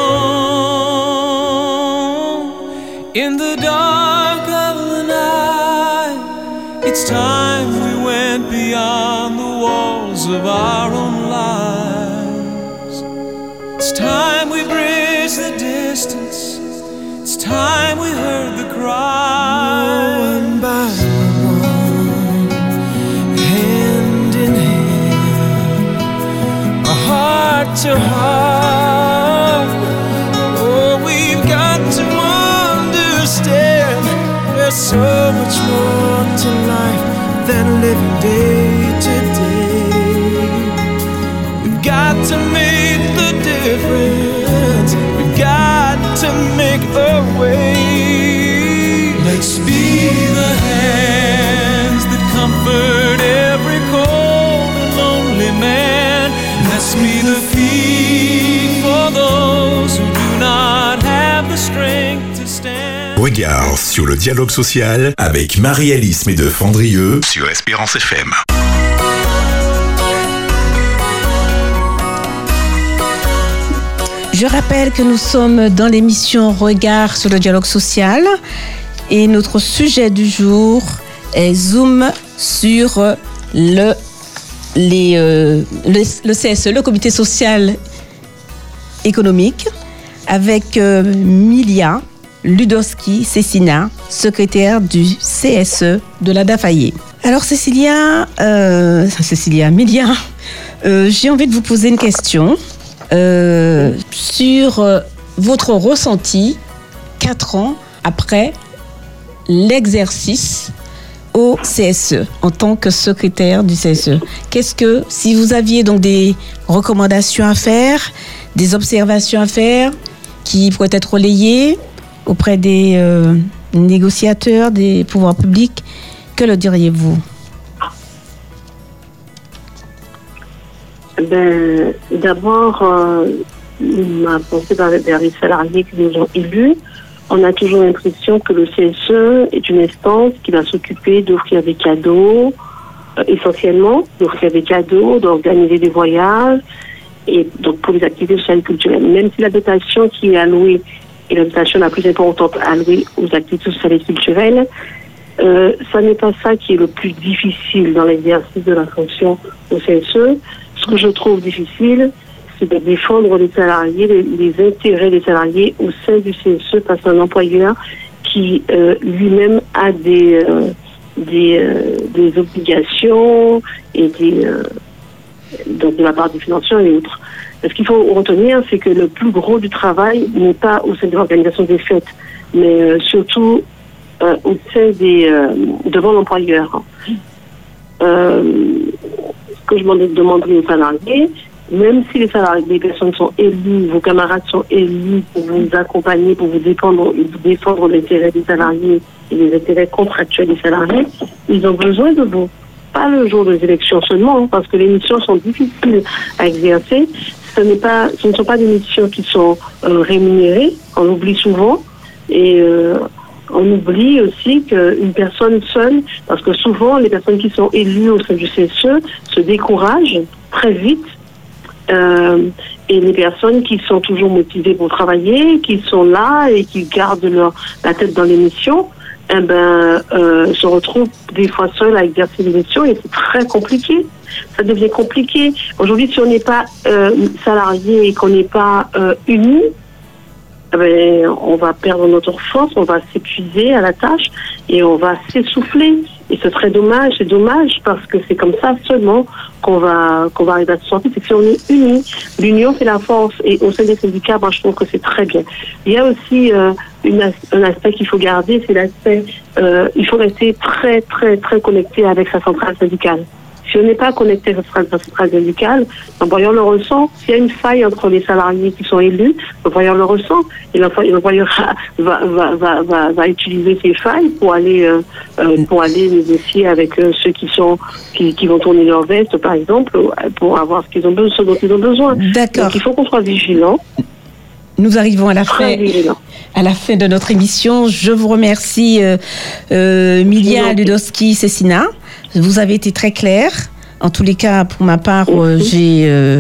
alone in the dark of the night. It's time we went beyond the walls of our own lives. It's time we bridged the distance. It's time we heard the cry. One by one, hand in hand, heart to heart. Oh, we've got to understand there's so much more to life than living day to day. We've got to make the difference. We've got to make a way. Let's be the hands that comfort every cold and lonely man. Let's be the feet for those who do not have the strength to stand. Regard sur le dialogue social avec Marie-Alice Médeux Fandrieux sur Espérance F M. Je rappelle que nous sommes dans l'émission Regard sur le dialogue social et notre sujet du jour est Zoom sur le, les, euh, le, le C S E, le Comité social économique, avec euh, Milia Ludowski-Cécina, secrétaire du C S E de la DAFAIE. Alors Cécilia, euh, Cécilia, Milia, euh, j'ai envie de vous poser une question. Euh, sur euh, votre ressenti quatre ans après l'exercice au C S E en tant que secrétaire du C S E. Qu'est-ce que, si vous aviez donc des recommandations à faire, des observations à faire qui pourraient être relayées auprès des euh, négociateurs, des pouvoirs publics, que le diriez-vous ? Ben, d'abord, euh, ma pensée vers les salariés qui nous ont élus. On a toujours l'impression que le C S E est une instance qui va s'occuper d'offrir des cadeaux, euh, essentiellement, d'offrir des cadeaux, d'organiser des voyages, et donc pour les activités sociales et culturelles. Même si la dotation qui est allouée est la dotation la plus importante allouée aux activités sociales et culturelles, euh, ça n'est pas ça qui est le plus difficile dans l'exercice de la fonction au C S E. Ce que je trouve difficile, c'est de défendre les salariés, les, les intérêts des salariés au sein du C S E face à un employeur qui euh, lui-même a des, euh, des, euh, des obligations et des, euh, donc de la part des financiers et autres. Ce qu'il faut retenir, c'est que le plus gros du travail n'est pas au sein de l'organisation des fêtes, mais euh, surtout euh, au sein des euh, devant l'employeur. Euh, ce que je demanderai aux salariés, même si les salariés, les personnes sont élues, vos camarades sont élus pour vous accompagner, pour vous défendre, défendre l'intérêt des salariés et les intérêts contractuels des salariés, ils ont besoin de vous. Pas le jour des élections seulement, hein, parce que les missions sont difficiles à exercer. Ce n'est pas, ce ne sont pas des missions qui sont euh, rémunérées. On oublie souvent. Et euh, on oublie aussi qu'une personne seule, parce que souvent les personnes qui sont élues au sein du C S E se découragent très vite. Euh, et les personnes qui sont toujours motivées pour travailler, qui sont là et qui gardent leur, la tête dans les missions, eh ben, euh, se retrouvent des fois seules à exercer les missions et c'est très compliqué. Ça devient compliqué. Aujourd'hui, si on n'est pas euh, salarié et qu'on n'est pas euh, uni, eh ben, on va perdre notre force, on va s'épuiser à la tâche et on va s'essouffler. Et ce serait dommage, c'est dommage parce que c'est comme ça seulement qu'on va qu'on va arriver à se sortir, c'est que si on est unis, l'union fait la force. Et au sein des syndicats, moi je trouve que c'est très bien. Il y a aussi euh, une, un aspect qu'il faut garder, c'est l'aspect, euh, il faut rester très très très connecté avec sa centrale syndicale. Si on n'est pas connecté à sa centrale syndicale, l'employeur le ressent. S'il y a une faille entre les salariés qui sont élus, l'employeur le ressent. Et l'employeur va, va, va, va, va utiliser ces failles pour aller, euh, pour aller négocier avec euh, ceux qui, sont, qui, qui vont tourner leur veste, par exemple, pour avoir ce, qu'ils ont besoin, ce dont ils ont besoin. D'accord. Donc il faut qu'on soit vigilant. Nous arrivons à la fin, à la fin de notre émission. Je vous remercie, euh, euh, Milia Ludowski-Cessina. Vous avez été très claire. En tous les cas, pour ma part, euh, j'ai euh,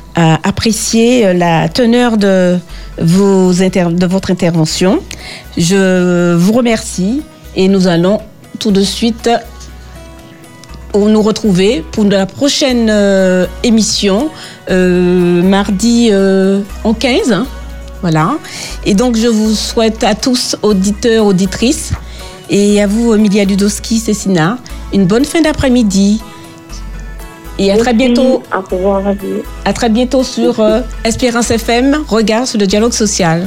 apprécié la teneur de, vos inter- de votre intervention. Je vous remercie et nous allons tout de suite nous retrouver pour la prochaine euh, émission, euh, mardi euh, en quinze. Hein, voilà. Et donc, je vous souhaite à tous, auditeurs, auditrices, et à vous, Milia Ludowski-Cessina, une bonne fin d'après-midi. Et à très bientôt. Au revoir, à très bientôt sur euh, Espérance F M, Regard sur le dialogue social.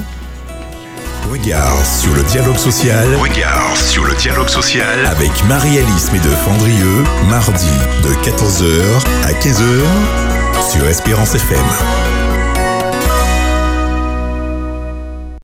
Regard sur le dialogue social. Regard sur le dialogue social avec Marie-Alice Médeux-Fandrieux, mardi de quatorze heures à quinze heures sur Espérance F M.